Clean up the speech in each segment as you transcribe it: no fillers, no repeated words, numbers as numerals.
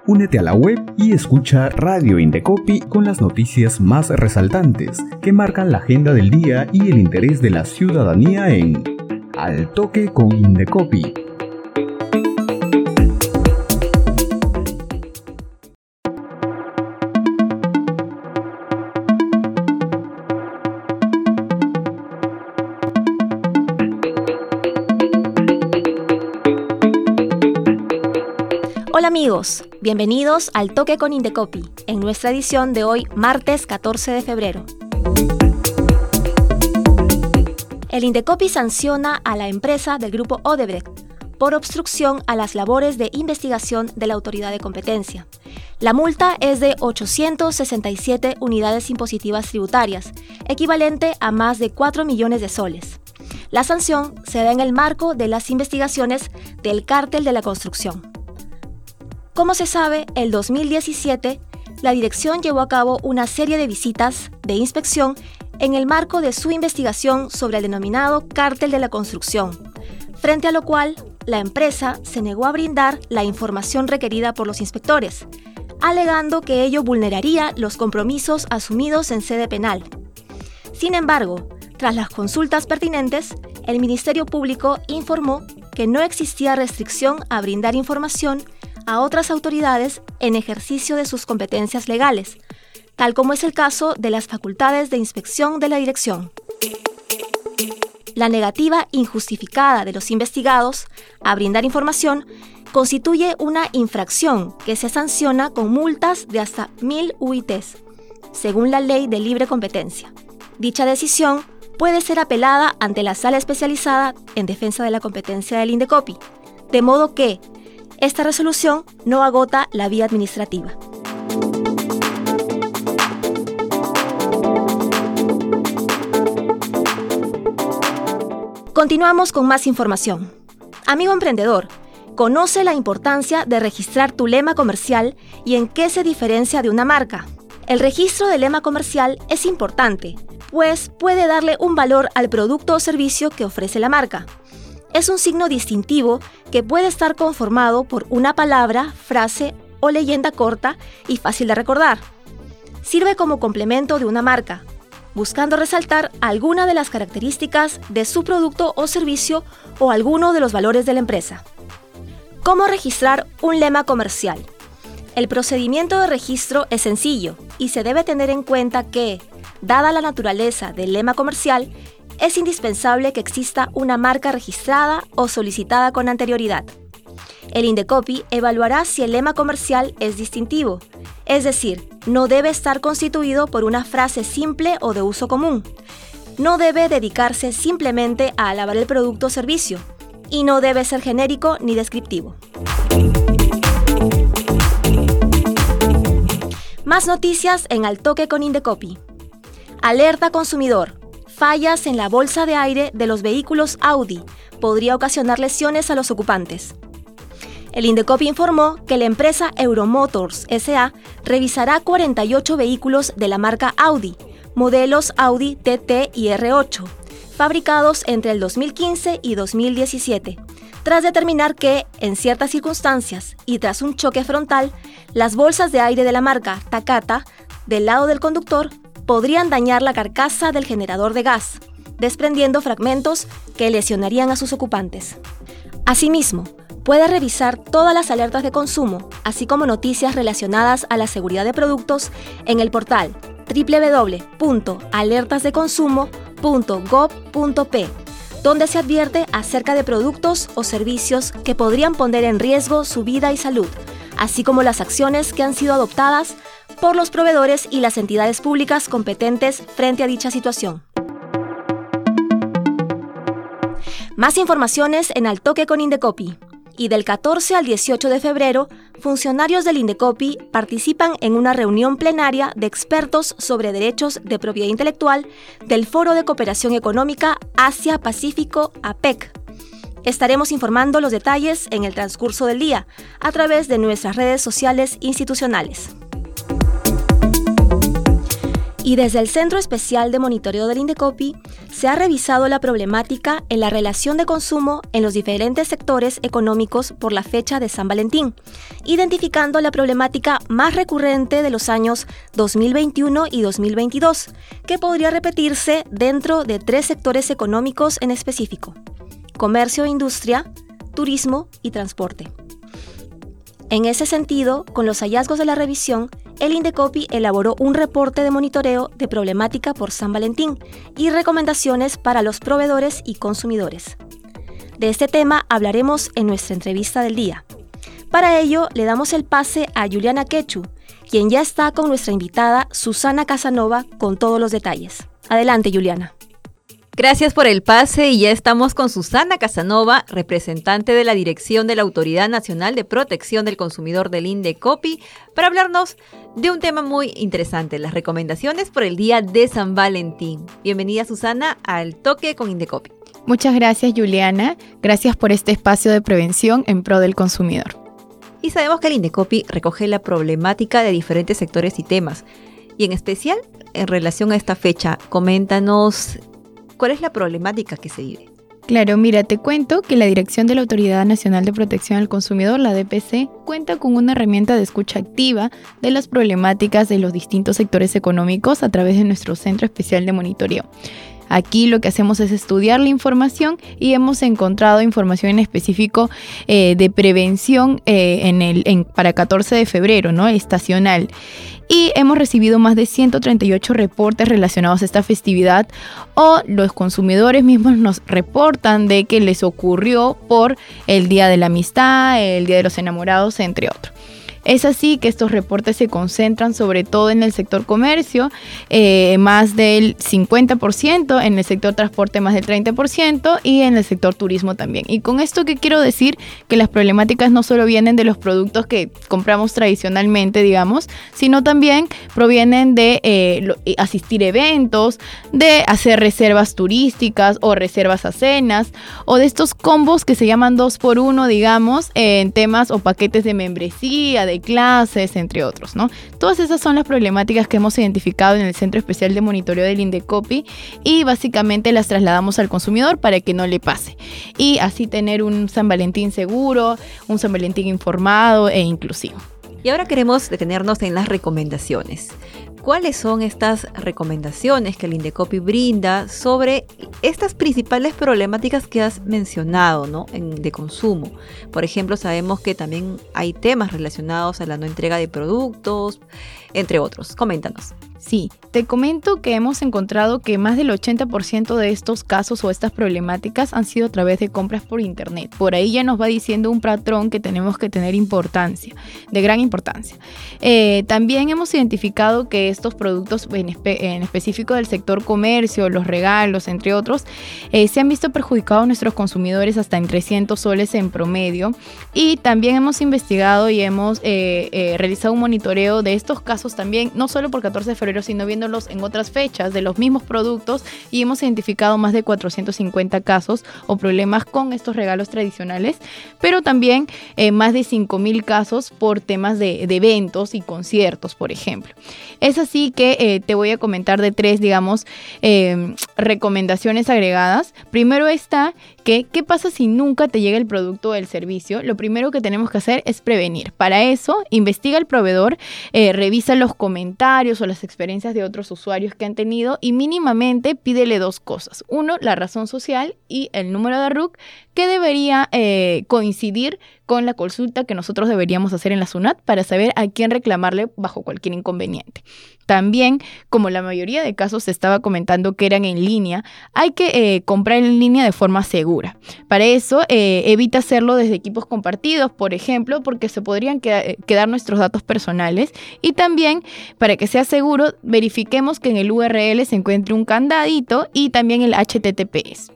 Únete a la web y escucha Radio Indecopi con las noticias más resaltantes que marcan la agenda del día y el interés de la ciudadanía en Al Toque con Indecopi. Hola amigos, bienvenidos al Toque con Indecopi, en nuestra edición de hoy, martes 14 de febrero. El Indecopi sanciona a la empresa del grupo Odebrecht por obstrucción a las labores de investigación de la autoridad de competencia. La multa es de 867 unidades impositivas tributarias, equivalente a más de 4 millones de soles. La sanción se da en el marco de las investigaciones del cártel de la construcción. Como se sabe, el 2017, la dirección llevó a cabo una serie de visitas de inspección en el marco de su investigación sobre el denominado cártel de la construcción, frente a lo cual la empresa se negó a brindar la información requerida por los inspectores, alegando que ello vulneraría los compromisos asumidos en sede penal. Sin embargo, tras las consultas pertinentes, el Ministerio Público informó que no existía restricción a brindar información a otras autoridades en ejercicio de sus competencias legales, tal como es el caso de las facultades de inspección de la dirección. La negativa injustificada de los investigados a brindar información constituye una infracción que se sanciona con multas de hasta 1.000 UITs, según la Ley de Libre Competencia. Dicha decisión puede ser apelada ante la Sala Especializada en Defensa de la Competencia del Indecopi, de modo que esta resolución no agota la vía administrativa. Continuamos con más información. Amigo emprendedor, conoce la importancia de registrar tu lema comercial y en qué se diferencia de una marca. El registro de lema comercial es importante, pues puede darle un valor al producto o servicio que ofrece la marca. Es un signo distintivo que puede estar conformado por una palabra, frase o leyenda corta y fácil de recordar. Sirve como complemento de una marca, buscando resaltar alguna de las características de su producto o servicio o alguno de los valores de la empresa. ¿Cómo registrar un lema comercial? El procedimiento de registro es sencillo y se debe tener en cuenta que, dada la naturaleza del lema comercial, es indispensable que exista una marca registrada o solicitada con anterioridad. El Indecopi evaluará si el lema comercial es distintivo, es decir, no debe estar constituido por una frase simple o de uso común. No debe dedicarse simplemente a alabar el producto o servicio y no debe ser genérico ni descriptivo. Más noticias en Al Toque con Indecopi. Alerta consumidor. Fallas en la bolsa de aire de los vehículos Audi podría ocasionar lesiones a los ocupantes. El Indecopi informó que la empresa Euromotors S.A. revisará 48 vehículos de la marca Audi, modelos Audi TT y R8, fabricados entre el 2015 y 2017, tras determinar que, en ciertas circunstancias y tras un choque frontal, las bolsas de aire de la marca Takata, del lado del conductor, podrían dañar la carcasa del generador de gas, desprendiendo fragmentos que lesionarían a sus ocupantes. Asimismo, puede revisar todas las alertas de consumo, así como noticias relacionadas a la seguridad de productos en el portal www.alertasdeconsumo.gov.p, donde se advierte acerca de productos o servicios que podrían poner en riesgo su vida y salud, así como las acciones que han sido adoptadas por los proveedores y las entidades públicas competentes frente a dicha situación. Más informaciones en Al Toque con Indecopi. Y del 14 al 18 de febrero, funcionarios del Indecopi participan en una reunión plenaria de expertos sobre derechos de propiedad intelectual del Foro de Cooperación Económica Asia-Pacífico APEC. Estaremos informando los detalles en el transcurso del día a través de nuestras redes sociales institucionales. Y desde el Centro Especial de Monitoreo del Indecopi se ha revisado la problemática en la relación de consumo en los diferentes sectores económicos por la fecha de San Valentín, identificando la problemática más recurrente de los años 2021 y 2022, que podría repetirse dentro de 3 sectores económicos en específico: comercio e industria, turismo y transporte. En ese sentido, con los hallazgos de la revisión, el Indecopi elaboró un reporte de monitoreo de problemática por San Valentín y recomendaciones para los proveedores y consumidores. De este tema hablaremos en nuestra entrevista del día. Para ello, le damos el pase a Juliana Quechu, quien ya está con nuestra invitada Susana Casanova con todos los detalles. Adelante, Juliana. Gracias por el pase y ya estamos con Susana Casanova, representante de la Dirección de la Autoridad Nacional de Protección del Consumidor del Indecopi, para hablarnos de un tema muy interesante, las recomendaciones por el día de San Valentín. Bienvenida, Susana, al Toque con Indecopi. Muchas gracias, Juliana. Gracias por este espacio de prevención en pro del consumidor. Y sabemos que el Indecopi recoge la problemática de diferentes sectores y temas. Y en especial, en relación a esta fecha, coméntanos ¿cuál es la problemática que se vive? Claro, mira, te cuento que la Dirección de la Autoridad Nacional de Protección al Consumidor, la DPC, cuenta con una herramienta de escucha activa de las problemáticas de los distintos sectores económicos a través de nuestro Centro Especial de Monitoreo. Aquí lo que hacemos es estudiar la información y hemos encontrado información en específico de prevención para 14 de febrero, ¿no? Estacional. Y hemos recibido más de 138 reportes relacionados a esta festividad, o los consumidores mismos nos reportan de que les ocurrió por el Día de la Amistad, el Día de los Enamorados, entre otros. Es así que estos reportes se concentran sobre todo en el sector comercio, más del 50%, en el sector transporte más del 30% y en el sector turismo también. Y con esto, ¿qué quiero decir? Que las problemáticas no solo vienen de los productos que compramos tradicionalmente, digamos, sino también provienen de asistir a eventos, de hacer reservas turísticas o reservas a cenas, o de estos combos que se llaman 2x1, digamos, en temas o paquetes de membresía, de clases, entre otros, ¿no? Todas esas son las problemáticas que hemos identificado en el Centro Especial de Monitoreo del Indecopi y básicamente las trasladamos al consumidor para que no le pase y así tener un San Valentín seguro, un San Valentín informado e inclusivo. Y ahora queremos detenernos en las recomendaciones. ¿Cuáles son estas recomendaciones que el Indecopi brinda sobre estas principales problemáticas que has mencionado, ¿no? de consumo? Por ejemplo, sabemos que también hay temas relacionados a la no entrega de productos, entre otros. Coméntanos. Sí, te comento que hemos encontrado que más del 80% de estos casos o estas problemáticas han sido a través de compras por internet. Por ahí ya nos va diciendo un patrón que tenemos que tener de gran importancia. También hemos identificado que estos productos en específico del sector comercio, los regalos, entre otros, se han visto perjudicados nuestros consumidores hasta en 300 soles en promedio. Y también hemos investigado y hemos realizado un monitoreo de estos casos también, no solo por 14 de febrero, sino viéndolos en otras fechas de los mismos productos, y hemos identificado más de 450 casos o problemas con estos regalos tradicionales, pero también más de 5,000 casos por temas de eventos y conciertos, por ejemplo. Es así que te voy a comentar de 3, digamos, recomendaciones agregadas. Primero está que, ¿qué pasa si nunca te llega el producto o el servicio? Lo primero que tenemos que hacer es prevenir. Para eso, investiga al proveedor, revisa los comentarios o las experiencias de otros usuarios que han tenido y mínimamente pídele 2 cosas. 1, la razón social y el número de RUC, que debería coincidir con la consulta que nosotros deberíamos hacer en la SUNAT para saber a quién reclamarle bajo cualquier inconveniente. También, como la mayoría de casos se estaba comentando que eran en línea, hay que comprar en línea de forma segura. Para eso, evita hacerlo desde equipos compartidos, por ejemplo, porque se podrían quedar nuestros datos personales. Y también, para que sea seguro, verifiquemos que en el URL se encuentre un candadito y también el HTTPS.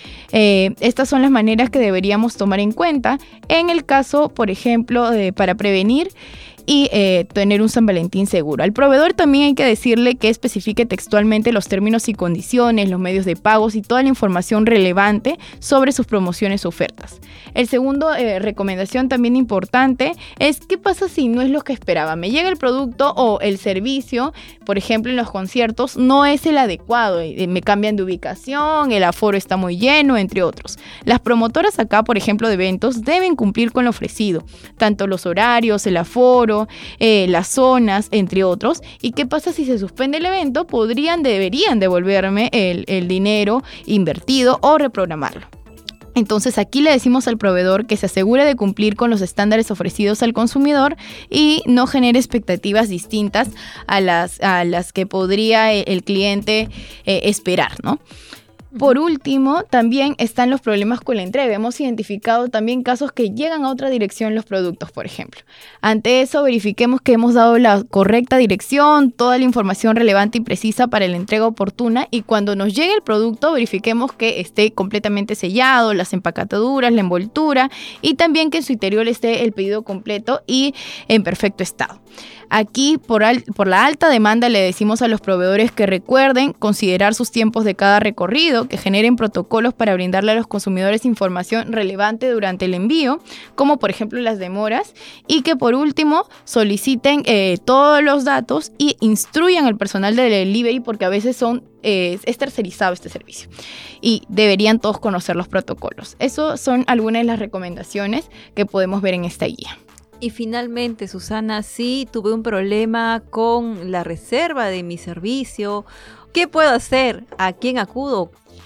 Estas son las maneras que deberíamos tomar en cuenta en el caso, por ejemplo, para prevenir. y tener un San Valentín seguro. Al proveedor también hay que decirle que especifique textualmente los términos y condiciones, los medios de pagos y toda la información relevante sobre sus promociones o ofertas. El segundo recomendación también importante es qué pasa si no es lo que esperaba. Me llega el producto o el servicio, por ejemplo en los conciertos, no es el adecuado, me cambian de ubicación, el aforo está muy lleno, entre otros. Las promotoras acá, por ejemplo, de eventos, deben cumplir con lo ofrecido, tanto los horarios, el aforo, las zonas, entre otros. ¿Y qué pasa si se suspende el evento? Deberían devolverme el dinero invertido o reprogramarlo. Entonces aquí le decimos al proveedor que se asegure de cumplir con los estándares ofrecidos al consumidor y no genere expectativas distintas a las que podría el cliente esperar, ¿no? Por último, también están los problemas con la entrega. Hemos identificado también casos que llegan a otra dirección los productos, por ejemplo. Ante eso, verifiquemos que hemos dado la correcta dirección, toda la información relevante y precisa para la entrega oportuna, y cuando nos llegue el producto, verifiquemos que esté completamente sellado, las empaquetaduras, la envoltura, y también que en su interior esté el pedido completo y en perfecto estado. Aquí, por la alta demanda, le decimos a los proveedores que recuerden considerar sus tiempos de cada recorrido, que generen protocolos para brindarle a los consumidores información relevante durante el envío, como por ejemplo las demoras, y que por último soliciten todos los datos y instruyan al personal de delivery, porque a veces es tercerizado este servicio y deberían todos conocer los protocolos. Esas son algunas de las recomendaciones que podemos ver en esta guía. Y finalmente, Susana, sí tuve un problema con la reserva de mi servicio. ¿Qué puedo hacer? ¿A quién acudo?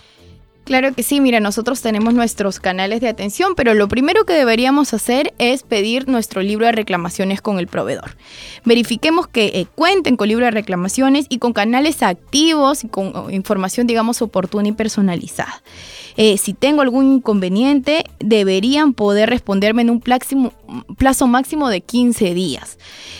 Claro que sí, mira, nosotros tenemos nuestros canales de atención, pero lo primero que deberíamos hacer es pedir nuestro libro de reclamaciones con el proveedor. Verifiquemos que cuenten con libro de reclamaciones y con canales activos y con información, digamos, oportuna y personalizada. Si tengo algún inconveniente, deberían poder responderme en un plazo máximo de 15 días.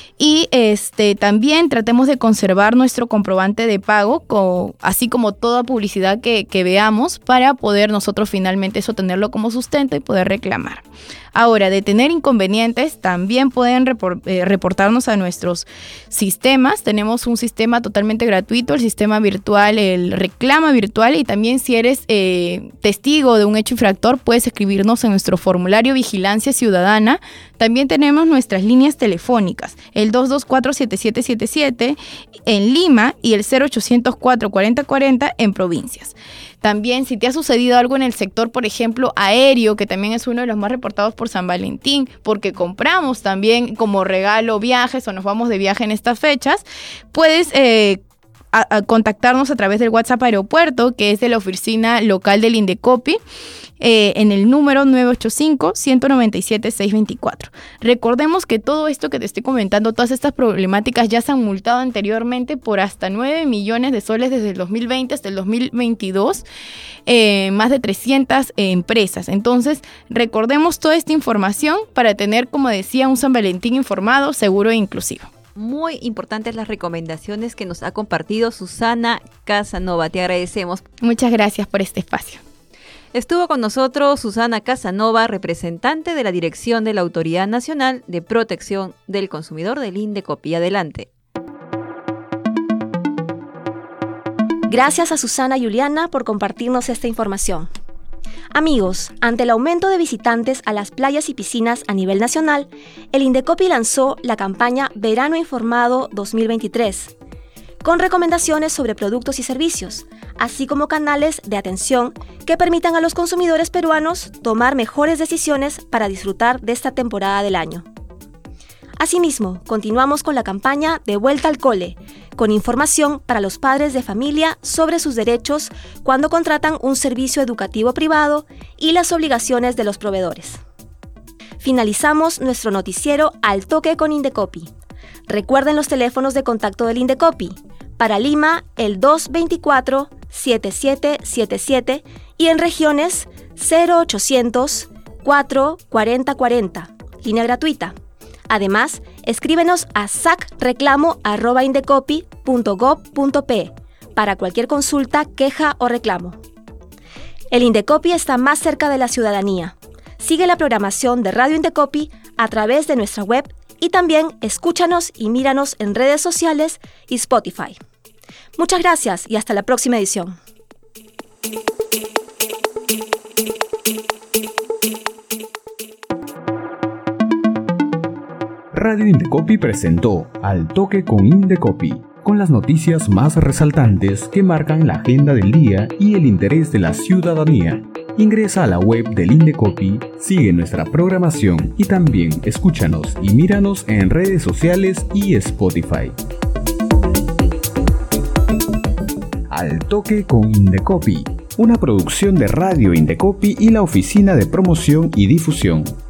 Y también tratemos de conservar nuestro comprobante de pago, así como toda publicidad que veamos, para poder nosotros finalmente eso tenerlo como sustento y poder reclamar. Ahora, de tener inconvenientes, también pueden reportarnos a nuestros sistemas. Tenemos un sistema totalmente gratuito, el sistema virtual, el reclama virtual, y también si eres testigo de un hecho infractor, puedes escribirnos en nuestro formulario Vigilancia Ciudadana. También tenemos nuestras líneas telefónicas, el 224-7777 en Lima y el 0800-440-40 en provincias. También, si te ha sucedido algo en el sector, por ejemplo, aéreo, que también es uno de los más reportados por San Valentín, porque compramos también como regalo viajes o nos vamos de viaje en estas fechas, puedes a contactarnos a través del WhatsApp Aeropuerto, que es de la oficina local del Indecopi, en el número 985-197-624. Recordemos que todo esto que te estoy comentando, todas estas problemáticas ya se han multado anteriormente por hasta 9 millones de soles desde el 2020 hasta el 2022, más de 300 empresas. Entonces, recordemos toda esta información para tener, como decía, un San Valentín informado, seguro e inclusivo. Muy importantes las recomendaciones que nos ha compartido Susana Casanova. Te agradecemos. Muchas gracias por este espacio. Estuvo con nosotros Susana Casanova, representante de la Dirección de la Autoridad Nacional de Protección del Consumidor del Indecopi. Adelante. Gracias a Susana y Juliana por compartirnos esta información. Amigos, ante el aumento de visitantes a las playas y piscinas a nivel nacional, el Indecopi lanzó la campaña Verano Informado 2023, con recomendaciones sobre productos y servicios, así como canales de atención que permitan a los consumidores peruanos tomar mejores decisiones para disfrutar de esta temporada del año. Asimismo, continuamos con la campaña De Vuelta al Cole, con información para los padres de familia sobre sus derechos cuando contratan un servicio educativo privado y las obligaciones de los proveedores. Finalizamos nuestro noticiero Al Toque con Indecopi. Recuerden los teléfonos de contacto del Indecopi. Para Lima, el 224-7777 y en regiones 0800 440 40, línea gratuita. Además, escríbenos a sacreclamo@indecopi.gov.pe para cualquier consulta, queja o reclamo. El Indecopi está más cerca de la ciudadanía. Sigue la programación de Radio Indecopi a través de nuestra web Y también escúchanos y míranos en redes sociales y Spotify. Muchas gracias y hasta la próxima edición. Radio Indecopi presentó Al Toque con Indecopi, con las noticias más resaltantes que marcan la agenda del día y el interés de la ciudadanía. Ingresa a la web del Indecopi, sigue nuestra programación y también escúchanos y míranos en redes sociales y Spotify. Al Toque con Indecopi, una producción de Radio Indecopi y la Oficina de Promoción y Difusión.